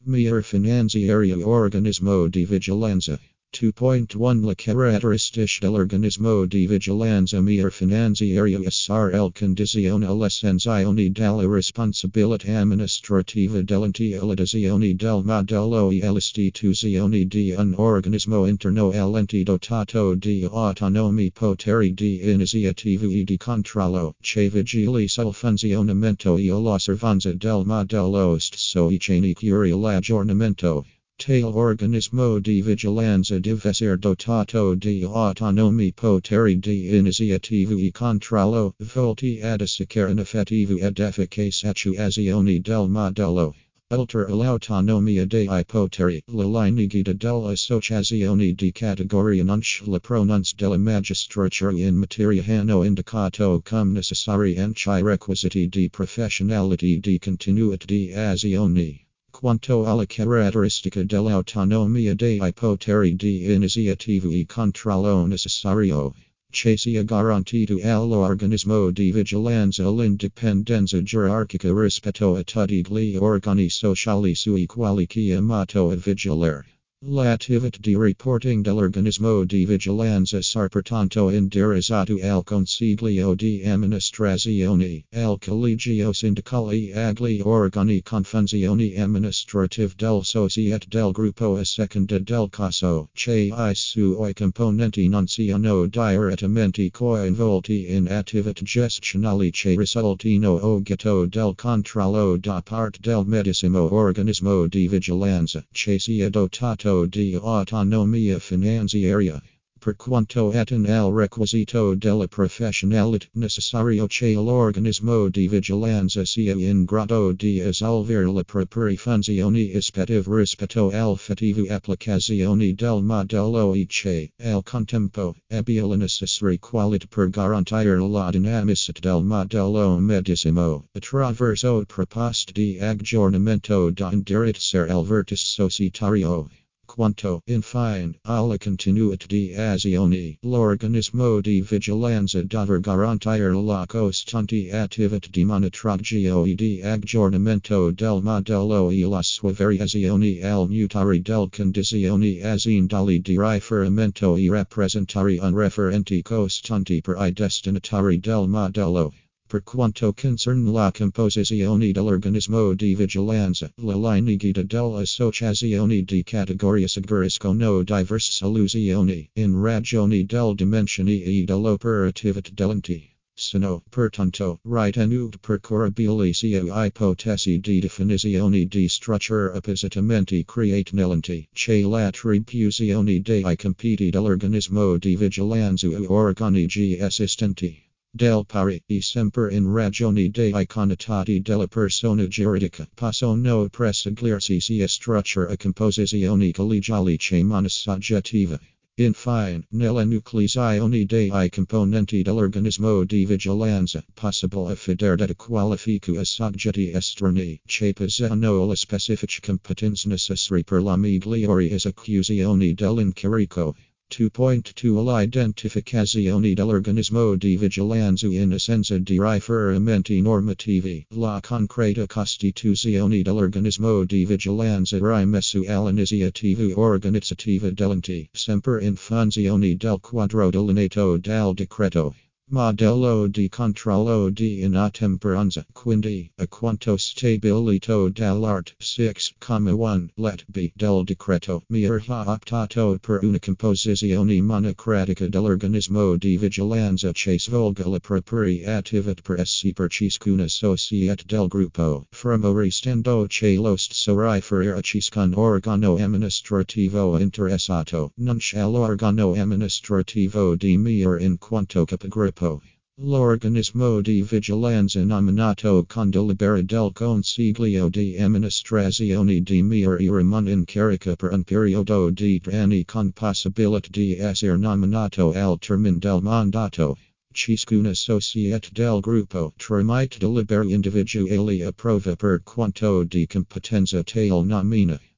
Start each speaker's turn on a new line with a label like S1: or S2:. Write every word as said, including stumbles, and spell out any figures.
S1: Mier finanziario organismo di vigilanza. two point one Le caratteristiche dell'organismo di vigilanza mier finanziario srl condizione l'essenzione della responsabilità amministrativa dell'ente l'adesione del modello e l'istituzione di un organismo interno all'ente dotato di autonomi poteri di iniziativa e di controllo che vigili sul funzionamento e l'osservanza del modello stesso e che ne curi l'aggiornamento. Tale organismo di vigilanza deve essere dotato di autonomi poteri di iniziativa e controllo, volti ad assicurare un'effettiva ed efficace attuazione del modello. Oltre all'autonomia dei poteri, la linea guida dell'associazione di categoria nunc la pronunce della magistratura in materia hanno indicato come necessari anche i requisiti di professionalità di continuità di azione. Quanto alla caratteristica dell'autonomia dei poteri di iniziativa e controllo necessario, che sia garantito all'organismo di vigilanza l'indipendenza gerarchica rispetto a tutti gli organi sociali sui quali è chiamato a vigilare. L'attività di reporting dell'organismo di vigilanza sarà pertanto indirizzato al consiglio di amministrazione, al collegio sindacale e agli organi con funzioni amministrative del societe del gruppo a seconda del caso, che I suoi componenti non siano direttamente coinvolti in attività gestionali che risultino oggetto del controllo da parte del medesimo organismo di vigilanza, che sia dotato di autonomia finanziaria. Per quanto attiene al requisito della professionalità necessario che l'organismo di vigilanza sia in grado di esolvere le proprie funzioni ispettive rispetto all'effettiva applicazione del modello e che, al contempo, abbia le necessarie qualità per garantire la dinamicità del modello medesimo, attraverso proposte di aggiornamento da indirizzare al vertice societario. Quanto, infine, alla continuità di azione, l'organismo di vigilanza deve garantire la costante attività di monitoraggio e di aggiornamento del modello e la sua variazione al mutare delle condizioni aziendali di riferimento e rappresentare un referente costante per i destinatari del modello. Per quanto concerne la composizione dell'organismo di vigilanza, le linee guida dell'associazione di categoria suggeriscono diverse soluzioni, in ragione delle dimensioni e dell'operatività dell'ente. Sono, pertanto, ritenute percorribili sia ipotesi di definizione di strutture appositamente create nell'ente, che l'attribuzione dei compiti dell'organismo di vigilanza a organi già esistenti. Del pari, e sempre in ragione dei connotati della persona giuridica, possono proseguirsi sia strutture a composizione collegiale che monosoggettiva. Infine, nella nucleazione dei componenti dell'organismo di vigilanza, possibile affidare da qualifica a soggetti esterni, che possano le specifiche competenze necessarie per la migliore esecuzione dell'incarico. two point two L'identificazione dell'organismo di vigilanza in assenza di riferimenti normativi. La concreta costituzione dell'organismo di vigilanza rimesso all'iniziativa organizzativa dell'ente, sempre in funzione del quadro delineato dal decreto. Modello di controllo di inottemperanza, quindi, a quanto stabilito dall'art. sei comma uno let B del decreto, Mier ha optato per una composizione monocratica dell'organismo di vigilanza che svolga la propria attività per essi per ciascuna società del gruppo, fermo restando che lo stesso riferire a ciascun organo amministrativo interessato, non all'organo amministrativo di Mier in quanto capigruppo. L'organismo di vigilanza nominato con delibera del Consiglio di amministrazione di Mier e rimane in carica per un periodo di tre anni con possibilità di essere nominato al termine del mandato. Ciascuna società del gruppo tramite delibera individuali approva per quanto di competenza tale nomina.